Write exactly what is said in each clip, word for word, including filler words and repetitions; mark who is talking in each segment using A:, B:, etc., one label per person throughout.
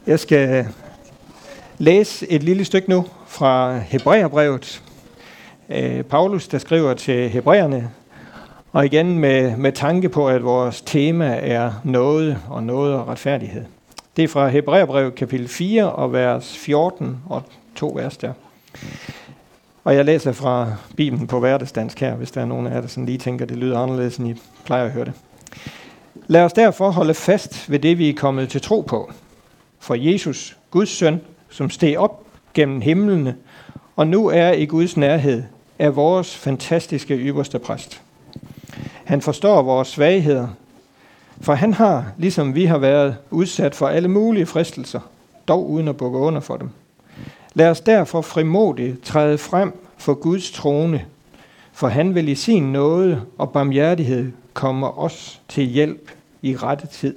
A: Jeg skal læse et lille stykke nu fra Hebræerbrevet. Paulus, der skriver til hebræerne, og igen med, med tanke på, at vores tema er nåde og nåde og retfærdighed. Det er fra Hebræerbrevet kapitel fire og vers fjorten og to vers der. Og jeg læser fra Bibelen på hverdagsdansk her, hvis der er nogen af jer, der sådan lige tænker, det lyder anderledes, end I plejer at høre det. Lad os derfor holde fast ved det, vi er kommet til tro på. For Jesus, Guds søn, som steg op gennem himlene, og nu er i Guds nærhed, er vores fantastiske ypperste præst. Han forstår vores svagheder, for han har, ligesom vi har været, udsat for alle mulige fristelser, dog uden at bukke under for dem. Lad os derfor frimodigt træde frem for Guds trone, for han vil i sin nåde og barmhjertighed komme os til hjælp i rette tid.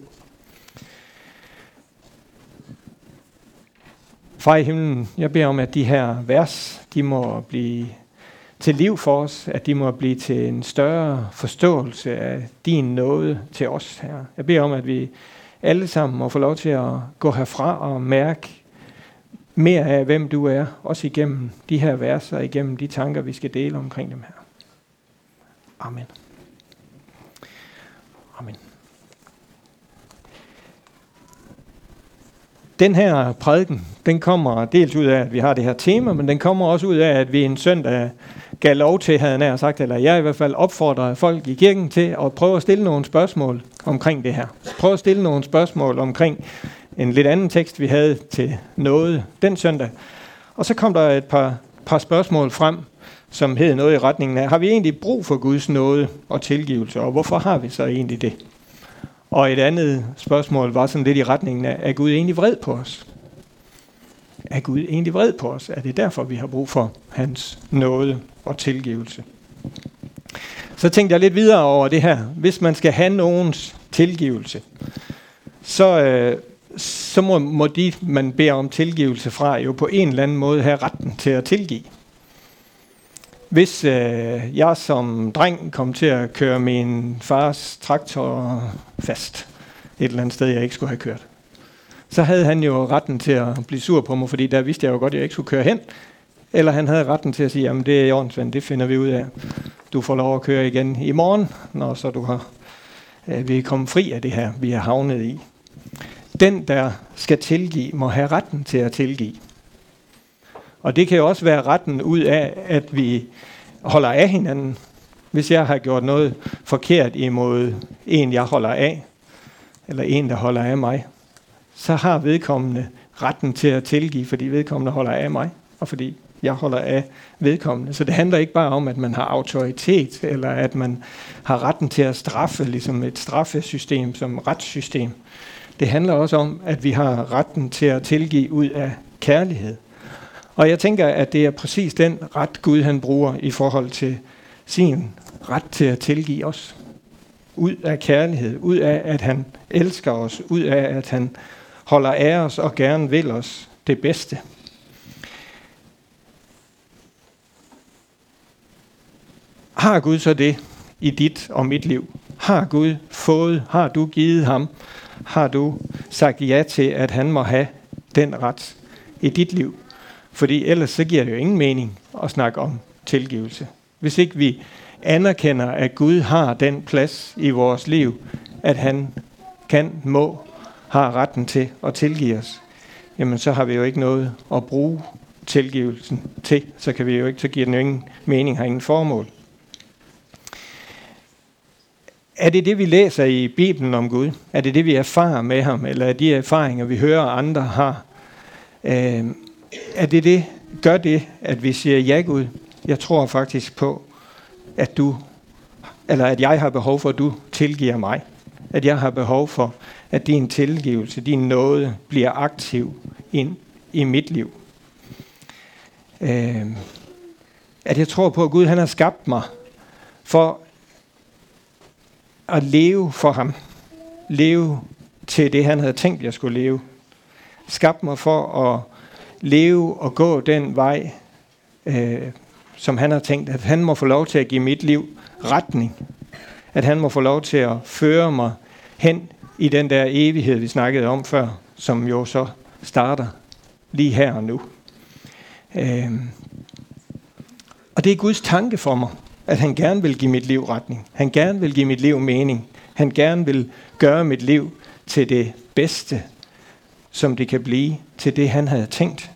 A: Far i himlen, jeg beder om, at de her vers, de må blive til liv for os, at de må blive til en større forståelse af din nåde til os her. Jeg beder om, at vi alle sammen må få lov til at gå herfra og mærke mere af, hvem du er, også igennem de her vers og igennem de tanker, vi skal dele omkring dem her. Amen. Amen. Den her prædiken, den kommer dels ud af, at vi har det her tema, men den kommer også ud af, at vi en søndag gav lov til, havde jeg sagt, eller jeg i hvert fald opfordrer folk i kirken til at prøve at stille nogle spørgsmål omkring det her. Prøve at stille nogle spørgsmål omkring en lidt anden tekst, vi havde til noget den søndag. Og så kom der et par, par spørgsmål frem, som hed noget i retningen af, har vi egentlig brug for Guds nåde og tilgivelse, og hvorfor har vi så egentlig det? Og et andet spørgsmål var sådan lidt i retningen af, er Gud egentlig vred på os? Er Gud egentlig vred på os? Er det derfor, vi har brug for hans nåde og tilgivelse? Så tænkte jeg lidt videre over det her. Hvis man skal have nogens tilgivelse, så, øh, så må, må de, man beder om tilgivelse fra, jo på en eller anden måde have retten til at tilgive. Hvis øh, jeg som dreng kom til at køre min fars traktor fast et eller andet sted, jeg ikke skulle have kørt, så havde han jo retten til at blive sur på mig, fordi der vidste jeg jo godt, at jeg ikke skulle køre hen. Eller han havde retten til at sige, jamen det er i orden, Svend, det finder vi ud af. Du får lov at køre igen i morgen, når så du har, øh, vi er kommet fri af det her, vi er havnet i. Den, der skal tilgive, må have retten til at tilgive. Og det kan jo også være retten ud af, at vi holder af hinanden. Hvis jeg har gjort noget forkert imod en, jeg holder af, eller en, der holder af mig, så har vedkommende retten til at tilgive, fordi vedkommende holder af mig, og fordi jeg holder af vedkommende. Så det handler ikke bare om, at man har autoritet, eller at man har retten til at straffe, ligesom et straffesystem som retssystem. Det handler også om, at vi har retten til at tilgive ud af kærlighed. Og jeg tænker, at det er præcis den ret, Gud han bruger i forhold til sin ret til at tilgive os. Ud af kærlighed, ud af, at han elsker os, ud af, at han holder af os og gerne vil os det bedste. Har Gud så det i dit og mit liv? Har Gud fået, har du givet ham, har du sagt ja til, at han må have den ret i dit liv? Fordi ellers så giver det jo ingen mening at snakke om tilgivelse. Hvis ikke vi anerkender, at Gud har den plads i vores liv, at han kan, må, har retten til at tilgive os, jamen så har vi jo ikke noget at bruge tilgivelsen til. Så kan vi jo ikke, så giver den jo ingen mening, har ingen formål. Er det det, vi læser i Bibelen om Gud? Er det det, vi erfarer med ham? Eller er de erfaringer, vi hører andre har? Øh, er det det, gør det, at vi siger, ja Gud, jeg tror faktisk på, at du, eller at jeg har behov for, at du tilgiver mig. At jeg har behov for, at din tilgivelse, din nåde, bliver aktiv ind i mit liv. Øh, at jeg tror på, at Gud han har skabt mig for at leve for ham. Leve til det, han havde tænkt, jeg skulle leve. Skabt mig for at leve og gå den vej, øh, som han har tænkt, at han må få lov til at give mit liv retning. At han må få lov til at føre mig hen i den der evighed, vi snakkede om før, som jo så starter lige her og nu. Øh, og det er Guds tanke for mig, at han gerne vil give mit liv retning. Han gerne vil give mit liv mening. Han gerne vil gøre mit liv til det bedste, som det kan blive, til det han havde tænkt.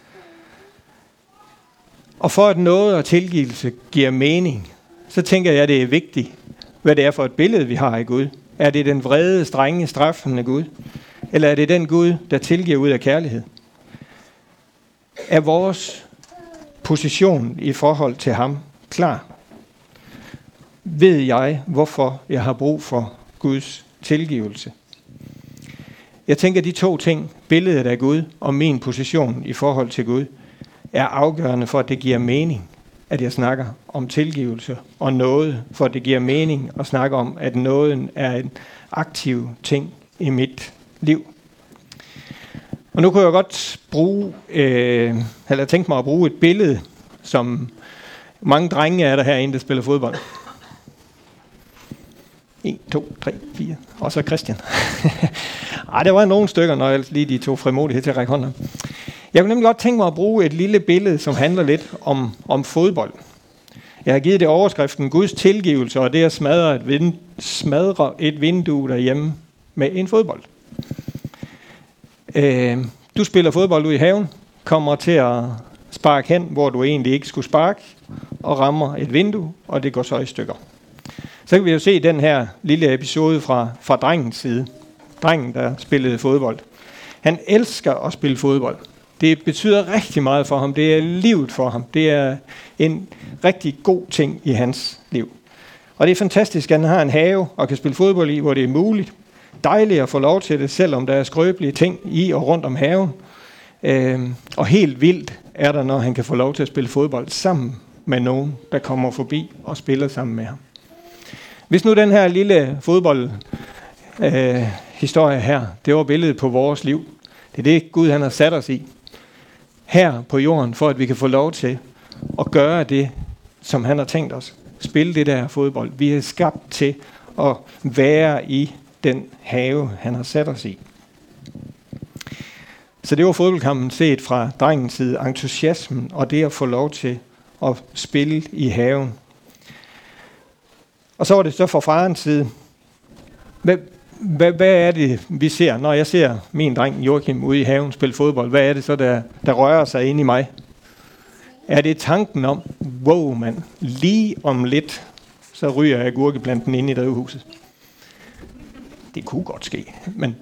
A: Og for at noget og tilgivelse giver mening, så tænker jeg, det er vigtigt, hvad det er for et billede, vi har af Gud. Er det den vrede, strenge, straffende Gud? Eller er det den Gud, der tilgiver ud af kærlighed? Er vores position i forhold til ham klar? Ved jeg, hvorfor jeg har brug for Guds tilgivelse? Jeg tænker, de to ting, billedet af Gud og min position i forhold til Gud, er afgørende for, at det giver mening, at jeg snakker om tilgivelse og nåde, for at det giver mening at snakke om, at nåden er en aktiv ting i mit liv. Og nu kunne jeg godt bruge, øh, eller tænke mig at bruge et billede, som mange drenge er der herinde, der spiller fodbold. en, to, tre, fire. Og så Christian. Ej, der var nogle stykker, når jeg lige de tog frimodighed til at række hånden. Jeg kunne nemlig godt tænke mig at bruge et lille billede, som handler lidt om, om fodbold. Jeg har givet det overskriften Guds tilgivelse, og det er at smadre et, vind, smadre et vindue derhjemme med en fodbold. Øh, du spiller fodbold ude i haven, kommer til at sparke hen, hvor du egentlig ikke skulle sparke, og rammer et vindue, og det går så i stykker. Så kan vi jo se den her lille episode fra, fra drengens side. Drengen, der spillede fodbold. Han elsker at spille fodbold. Det betyder rigtig meget for ham. Det er livet for ham. Det er en rigtig god ting i hans liv. Og det er fantastisk, at han har en have og kan spille fodbold i, hvor det er muligt. Dejligt at få lov til det, selvom der er skrøbelige ting i og rundt om haven. Øhm, og helt vildt er der, når han kan få lov til at spille fodbold sammen med nogen, der kommer forbi og spiller sammen med ham. Hvis nu den her lille fodboldhistorie øh, her, det var billedet på vores liv. Det er det, Gud han har sat os i. Her på jorden, for at vi kan få lov til at gøre det, som han har tænkt os. Spille det der fodbold. Vi er skabt til at være i den have, han har sat os i. Så det var fodboldkampen set fra drengens side. Entusiasmen og det at få lov til at spille i haven. Og så var det så fra farens side. Hvad, hvad, hvad er det, vi ser, når jeg ser min dreng Joachim ude i haven spille fodbold? Hvad er det så, der, der rører sig ind i mig? Er det tanken om, wow mand, lige om lidt, så ryger jeg agurkeplanten inde i drivhuset? Det kunne godt ske, men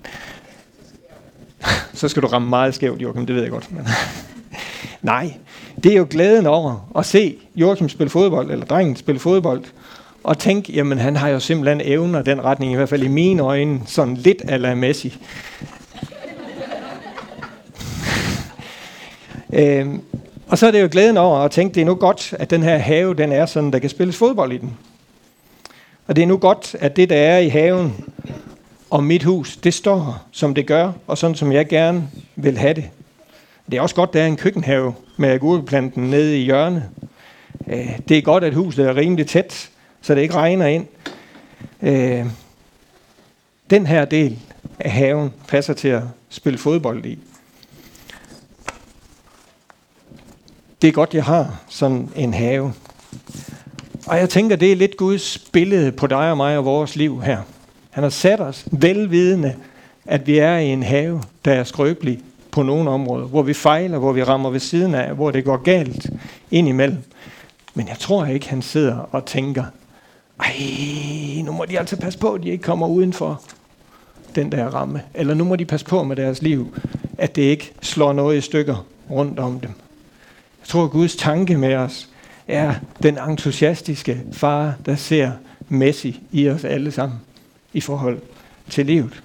A: så skal du ramme meget skævt, Joachim, det ved jeg godt. Men nej, det er jo glæden over at se Joachim spille fodbold, eller drengen spille fodbold, og tænke, jamen han har jo simpelthen evner den retning, i hvert fald i mine øjne, sådan lidt a la Messi. øhm, og så er det jo glæden over at tænke, det er nu godt, at den her have, den er sådan, der kan spilles fodbold i den. Og det er nu godt, at det, der er i haven og mit hus, det står, som det gør, og sådan, som jeg gerne vil have det. Det er også godt, der er en køkkenhave med agurkeplanten nede i hjørnet. Det er godt, at huset er rimelig tæt, så det ikke regner ind. Den her del af haven passer til at spille fodbold i. Det er godt, jeg har sådan en have. Og jeg tænker, det er lidt Guds billede på dig og mig og vores liv her. Han har sat os velvidende, at vi er i en have, der er skrøbelig på nogle områder, hvor vi fejler, hvor vi rammer ved siden af, hvor det går galt indimellem. Men jeg tror ikke, han sidder og tænker, ej, nu må de altså passe på, at de ikke kommer uden for den der ramme. Eller nu må de passe på med deres liv, at det ikke slår noget i stykker rundt om dem. Jeg tror, at Guds tanke med os er den entusiastiske far, der ser Messi i os alle sammen i forhold til livet.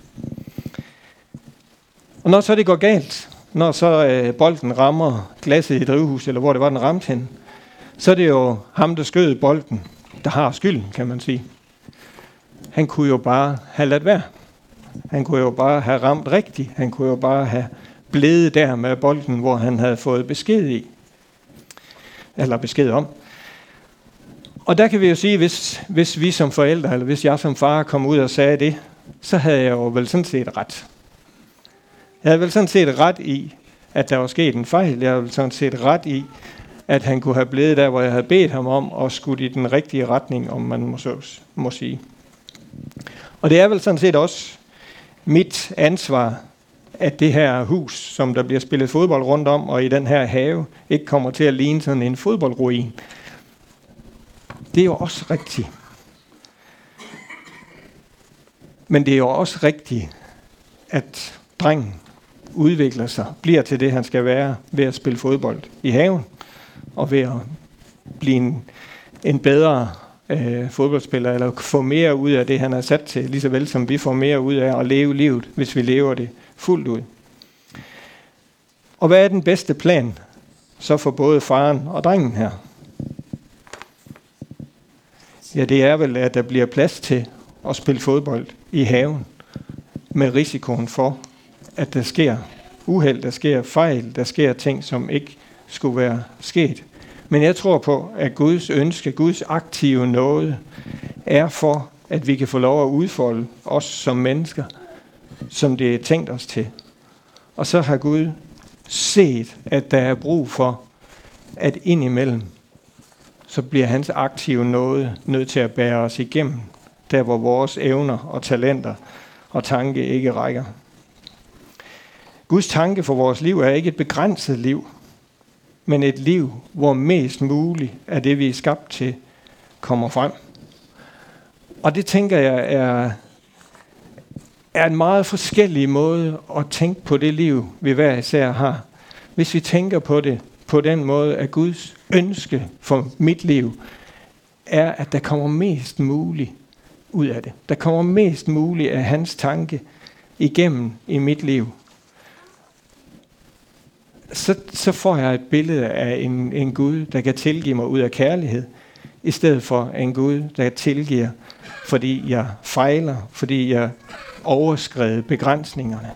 A: Og når så det går galt, når så øh, bolden rammer glasset i drivhuset, eller hvor det var, den ramte hen, så er det jo ham, der skød bolden, der har skylden, kan man sige. Han kunne jo bare have ladt være. Han kunne jo bare have ramt rigtigt. Han kunne jo bare have blevet der med bolden, hvor han havde fået besked i. Eller besked om. Og der kan vi jo sige, hvis, hvis vi som forældre, eller hvis jeg som far kom ud og sagde det, så havde jeg jo vel sådan set ret. Jeg havde vel sådan set ret i, at der var sket en fejl. Jeg havde vel sådan set ret i, at han kunne have blevet der, hvor jeg havde bedt ham om at skudt i den rigtige retning, om man må, så, må sige. Og det er vel sådan set også mit ansvar, at det her hus, som der bliver spillet fodbold rundt om, og i den her have, ikke kommer til at ligne sådan en fodboldruin. Det er jo også rigtigt. Men det er jo også rigtigt, at drengen udvikler sig, bliver til det, han skal være, ved at spille fodbold i haven, og ved at blive en, en bedre øh, fodboldspiller, eller få mere ud af det, han er sat til, lige så vel som vi får mere ud af at leve livet, hvis vi lever det fuldt ud. Og hvad er den bedste plan så for både faren og drengen her? Ja, det er vel, at der bliver plads til at spille fodbold i haven, med risikoen for, at der sker uheld, der sker fejl, der sker ting, som ikke skulle være sket. Men jeg tror på, at Guds ønske, Guds aktive nåde, er for, at vi kan få lov at udfolde os som mennesker, som det er tænkt os til. Og så har Gud set, at der er brug for, at indimellem, så bliver hans aktive nåde nødt til at bære os igennem, der hvor vores evner og talenter og tanke ikke rækker. Guds tanke for vores liv er ikke et begrænset liv, men et liv, hvor mest muligt af det, vi er skabt til, kommer frem. Og det tænker jeg er, er en meget forskellig måde at tænke på det liv, vi hver især har. Hvis vi tænker på det på den måde, at Guds ønske for mit liv er, at der kommer mest muligt ud af det. Der kommer mest muligt af hans tanke igennem i mit liv. Så, så får jeg et billede af en, en Gud, der kan tilgive mig ud af kærlighed, i stedet for en Gud, der tilgiver, fordi jeg fejler, fordi jeg overskrider begrænsningerne.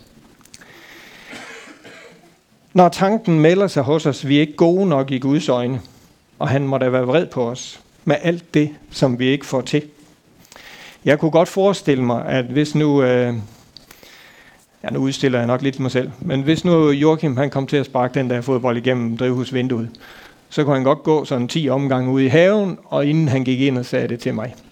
A: Når tanken melder sig hos os, vi er ikke gode nok i Guds øjne, og han må da være vred på os med alt det, som vi ikke får til. Jeg kunne godt forestille mig, at hvis nu, øh, ja, nu udstiller jeg nok lidt mig selv, men hvis nu Joachim han kom til at sparke den der fodbold igennem drivhusvinduet, så kunne han godt gå sådan ti omgange ude i haven, og inden han gik ind og sagde det til mig.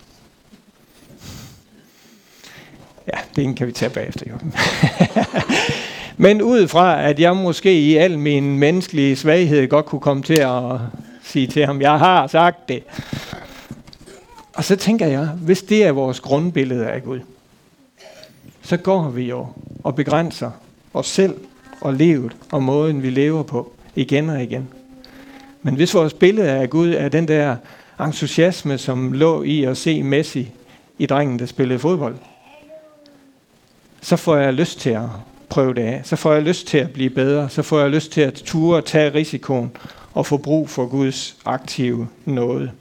A: Ja, det kan vi tage bagefter, Joachim. Men ud fra, at jeg måske i al min menneskelige svaghed godt kunne komme til at sige til ham, jeg har sagt det. Og så tænker jeg, hvis det er vores grundbillede af Gud, så går vi jo og begrænser os selv og livet og måden, vi lever på, igen og igen. Men hvis vores billede af Gud er den der entusiasme, som lå i at se Messi i drengen, der spillede fodbold, så får jeg lyst til at prøve det af. Så får jeg lyst til at blive bedre. Så får jeg lyst til at ture og tage risikoen og få brug for Guds aktive nåde.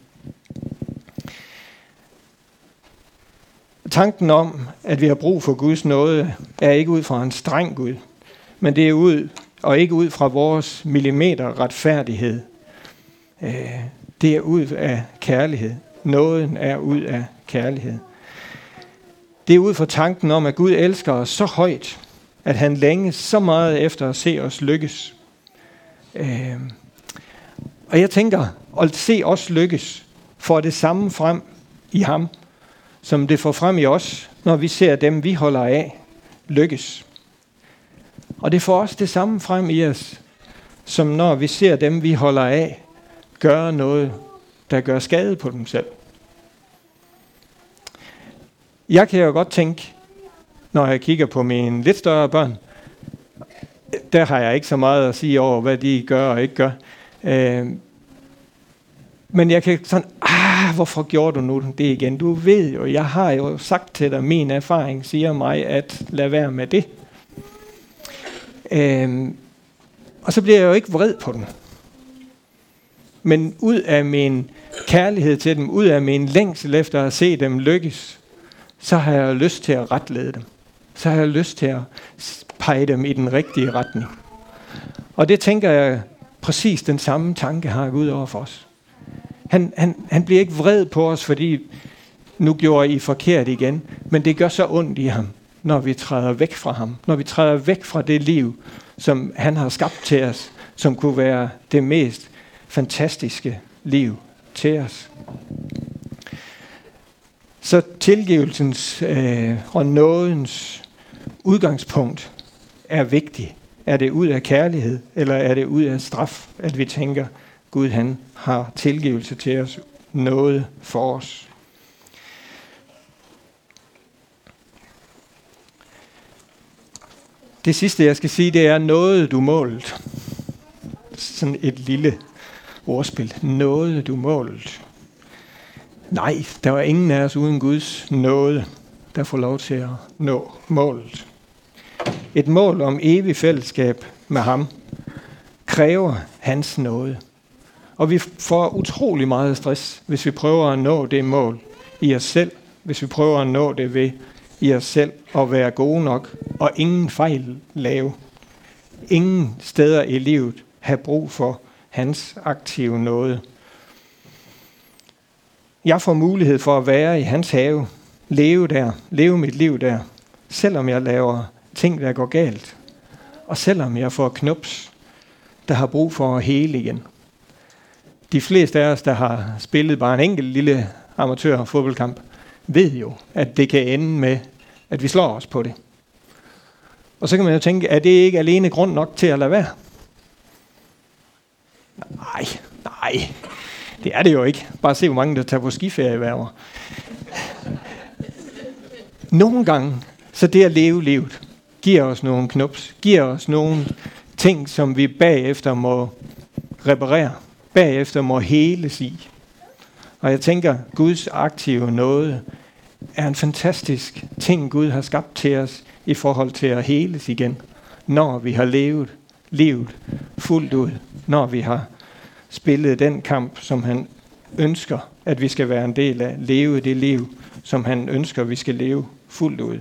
A: Tanken om, at vi har brug for Guds nåde, er ikke ud fra en streng Gud, men det er ud, og ikke ud fra vores millimeter retfærdighed. Det er ud af kærlighed. Nåden er ud af kærlighed. Det er ud fra tanken om, at Gud elsker os så højt, at han længes så meget efter at se os lykkes. Øh, og jeg tænker, at se os lykkes, får det samme frem i ham, som det får frem i os, når vi ser dem, vi holder af, lykkes. Og det får også det samme frem i os, som når vi ser dem, vi holder af, gøre noget, der gør skade på dem selv. Jeg kan jo godt tænke, når jeg kigger på mine lidt større børn, der har jeg ikke så meget at sige over, hvad de gør og ikke gør. Øh, men jeg kan sådan, ah, hvorfor gjorde du nu det igen? Du ved jo, jeg har jo sagt til dig, min erfaring siger mig, at lad være med det. Øh, og så bliver jeg jo ikke vred på dem. Men ud af min kærlighed til dem, ud af min længsel efter at se dem lykkes, så har jeg lyst til at retlede dem. Så har jeg lyst til at pege dem i den rigtige retning. Og det tænker jeg, præcis den samme tanke har Gud over for os. Han, han, han bliver ikke vred på os, fordi nu gjorde I forkert igen, men det gør så ondt i ham, når vi træder væk fra ham. Når vi træder væk fra det liv, som han har skabt til os, som kunne være det mest fantastiske liv til os. Så tilgivelsens øh, og nådens udgangspunkt er vigtig. Er det ud af kærlighed, eller er det ud af straf, at vi tænker, Gud han har tilgivelse til os, nåde for os. Det sidste, jeg skal sige, det er noget, du målt. Sådan et lille ordspil. Noget, du målt. Nej, der var ingen af os uden Guds nåde, der får lov til at nå målet. Et mål om evig fællesskab med ham kræver hans nåde. Og vi får utrolig meget stress, hvis vi prøver at nå det mål i os selv. Hvis vi prøver at nå det ved i os selv at være gode nok og ingen fejl lave. Ingen steder i livet have brug for hans aktive nåde. Jeg får mulighed for at være i hans have, leve der, leve mit liv der, selvom jeg laver ting, der går galt, og selvom jeg får knups, der har brug for at hele igen. De fleste af os, der har spillet bare en enkelt lille amatørfodboldkamp, ved jo, at det kan ende med, at vi slår os på det. Og så kan man jo tænke, er det ikke alene grund nok til at lade være? Nej, nej, det er det jo ikke. Bare se, hvor mange der tager på skiferie hver år. Nogle gange, så det at leve livet, giver os nogle knups, giver os nogle ting, som vi bagefter må reparere, bagefter må heles i. Og jeg tænker, Guds aktive nåde er en fantastisk ting, Gud har skabt til os i forhold til at heles igen, når vi har levet livet fuldt ud, når vi har spillet den kamp, som han ønsker, at vi skal være en del af, leve det liv, som han ønsker, vi skal leve fuldt ud.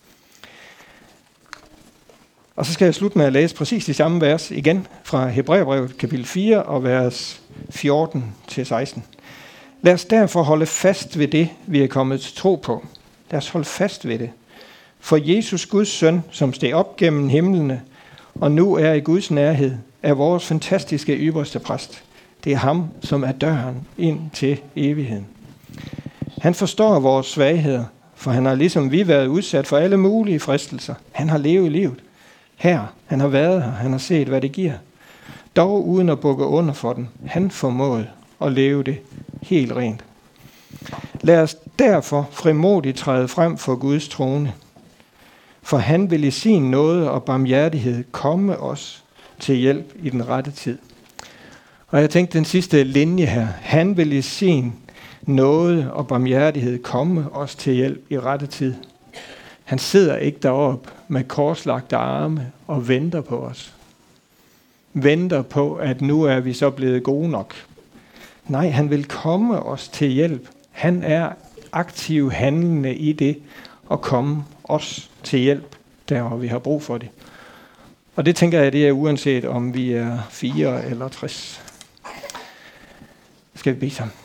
A: Og så skal jeg slutte med at læse præcis de samme vers igen fra Hebræerbrevet kapitel fire og vers fjorten til seksten. Lad os derfor holde fast ved det, vi er kommet til tro på. Lad os holde fast ved det. For Jesus, Guds søn, som steg op gennem himlene, og nu er i Guds nærhed, er vores fantastiske ypperste præst. Det er ham, som er døren ind til evigheden. Han forstår vores svagheder, for han har ligesom vi været udsat for alle mulige fristelser. Han har levet livet. Her, han har været her, han har set, hvad det giver. Dog uden at bukke under for den. Han formåede at leve det helt rent. Lad os derfor frimodigt træde frem for Guds trone. For han vil i sin nåde og barmhjertighed komme os til hjælp i den rette tid. Og jeg tænkte den sidste linje her. Han vil i sin nåde og barmhjertighed komme os til hjælp i rette tid. Han sidder ikke deroppe med korslagte arme og venter på os. Venter på, at nu er vi så blevet gode nok. Nej, han vil komme os til hjælp. Han er aktiv handlende i det og komme os til hjælp, der hvor vi har brug for det. Og det tænker jeg, det er uanset om vi er fire eller tres. Skal vi bede sammen?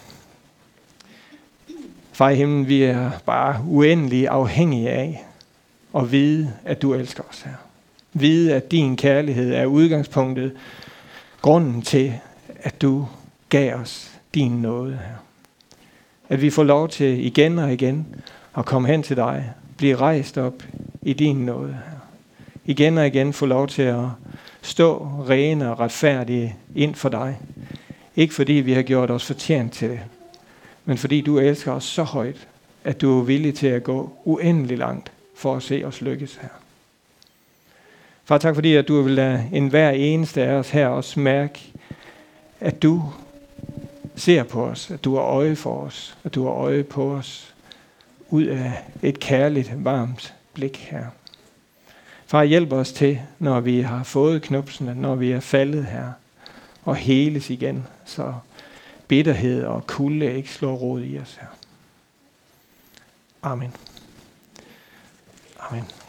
A: Far i himlen, vi er bare uendelig afhængige af at vide, at du elsker os her. Vide, at din kærlighed er udgangspunktet, grunden til, at du gav os din nåde her. At vi får lov til igen og igen at komme hen til dig, blive rejst op i din nåde her. Igen og igen få lov til at stå rene og retfærdige ind for dig. Ikke fordi vi har gjort os fortjent til det, men fordi du elsker os så højt, at du er villig til at gå uendelig langt for at se os lykkes her. Far, tak fordi, at du vil lade enhver eneste af os her også mærke, at du ser på os, at du har øje for os, at du har øje på os ud af et kærligt, varmt blik her. Far, hjælp os til, når vi har fået knupsene, når vi er faldet her, og heles igen, så bitterhed og kulde ikke slår rod i os her. Amen. Amen.